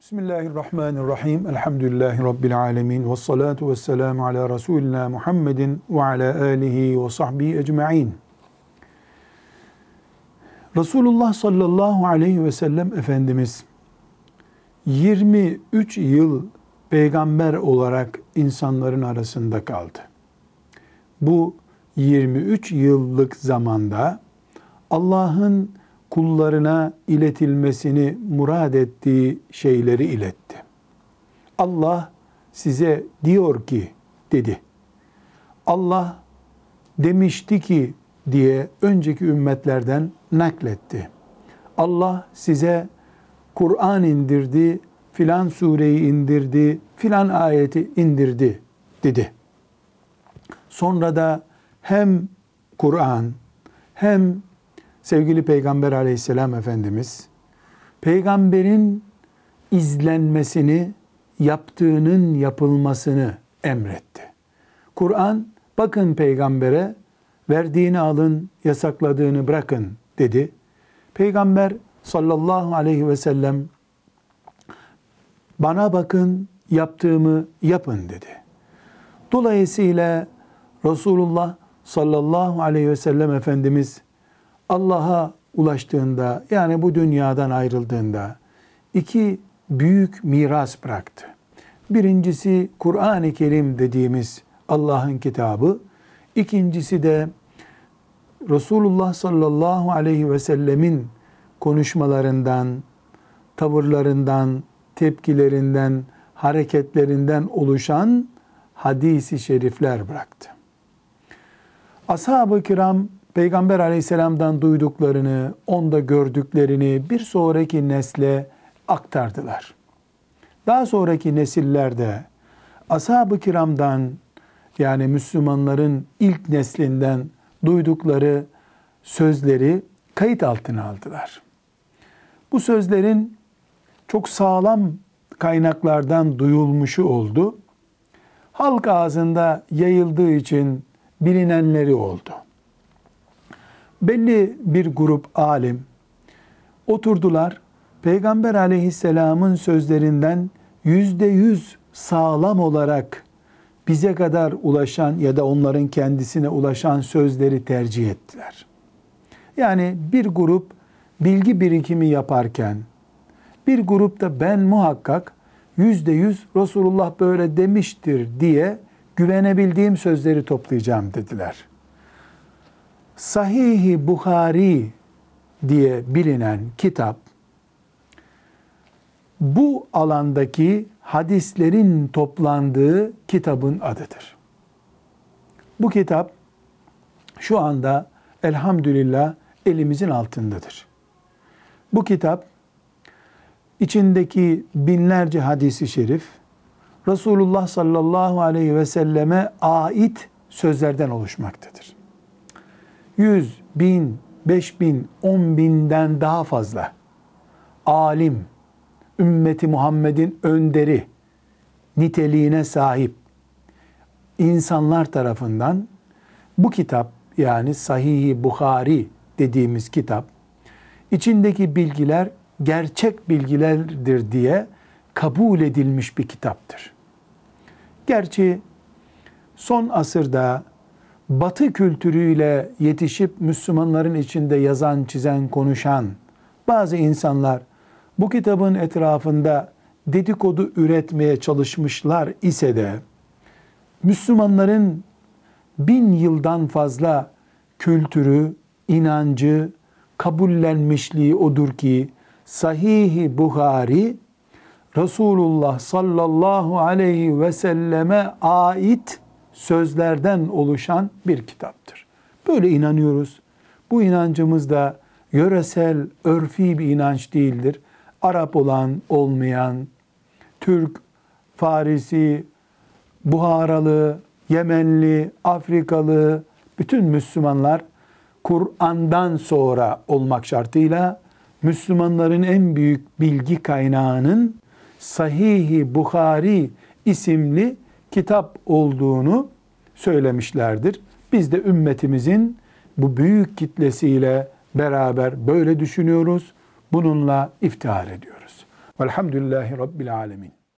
Bismillahirrahmanirrahim. Elhamdülillahi Rabbil alemin. Vessalatu vesselamu ala Resulina Muhammedin ve ala alihi ve sahbihi ecma'in. Resulullah sallallahu aleyhi ve sellem Efendimiz 23 yıl peygamber olarak insanların arasında kaldı. Bu 23 yıllık zamanda Allah'ın kullarına iletilmesini murad ettiği şeyleri iletti. Allah size diyor ki dedi. Allah demişti ki diye önceki ümmetlerden nakletti. Allah size Kur'an indirdi, filan sureyi indirdi, filan ayeti indirdi dedi. Sonra da hem Kur'an hem sevgili Peygamber aleyhisselam Efendimiz, peygamberin izlenmesini, yaptığının yapılmasını emretti. Kur'an, bakın peygambere, verdiğini alın, yasakladığını bırakın dedi. Peygamber sallallahu aleyhi ve sellem, bana bakın, yaptığımı yapın dedi. Dolayısıyla Resulullah sallallahu aleyhi ve sellem Efendimiz, Allah'a ulaştığında, yani bu dünyadan ayrıldığında iki büyük miras bıraktı. Birincisi Kur'an-ı Kerim dediğimiz Allah'ın kitabı. İkincisi de Resulullah sallallahu aleyhi ve sellemin konuşmalarından, tavırlarından, tepkilerinden, hareketlerinden oluşan hadis-i şerifler bıraktı. Ashab-ı kiram Peygamber aleyhisselamdan duyduklarını, onda gördüklerini bir sonraki nesle aktardılar. Daha sonraki nesiller de ashab-ı kiramdan, yani Müslümanların ilk neslinden duydukları sözleri kayıt altına aldılar. Bu sözlerin çok sağlam kaynaklardan duyulmuşu oldu. Halk ağzında yayıldığı için bilinenleri oldu. Belli bir grup alim oturdular, Peygamber aleyhisselamın sözlerinden %100 sağlam olarak bize kadar ulaşan ya da onların kendisine ulaşan sözleri tercih ettiler. Yani bir grup bilgi birikimi yaparken, bir grup da ben muhakkak %100 Resulullah böyle demiştir diye güvenebildiğim sözleri toplayacağım dediler. Sahih-i Buhari diye bilinen kitap, bu alandaki hadislerin toplandığı kitabın adıdır. Bu kitap şu anda elhamdülillah elimizin altındadır. Bu kitap içindeki binlerce hadisi şerif, Resulullah sallallahu aleyhi ve selleme ait sözlerden oluşmaktadır. 100, 1000, 5000, 10.000'den daha fazla alim, ümmeti Muhammed'in önderi niteliğine sahip insanlar tarafından bu kitap, yani Sahih-i Buhari dediğimiz kitap, içindeki bilgiler gerçek bilgilerdir diye kabul edilmiş bir kitaptır. Gerçi son asırda Batı kültürüyle yetişip Müslümanların içinde yazan, çizen, konuşan bazı insanlar bu kitabın etrafında dedikodu üretmeye çalışmışlar ise de Müslümanların 1000 yıldan fazla kültürü, inancı, kabullenmişliği odur ki Sahih-i Buhari Resulullah sallallahu aleyhi ve selleme ait sözlerden oluşan bir kitaptır. Böyle inanıyoruz. Bu inancımız da yöresel, örfi bir inanç değildir. Arap olan, olmayan, Türk, Farisi, Buharalı, Yemenli, Afrikalı, bütün Müslümanlar Kur'an'dan sonra olmak şartıyla Müslümanların en büyük bilgi kaynağının Sahih-i Buhari isimli kitap olduğunu söylemişlerdir. Biz de ümmetimizin bu büyük kitlesiyle beraber böyle düşünüyoruz. Bununla iftihar ediyoruz. Velhamdülillahi Rabbil alemin.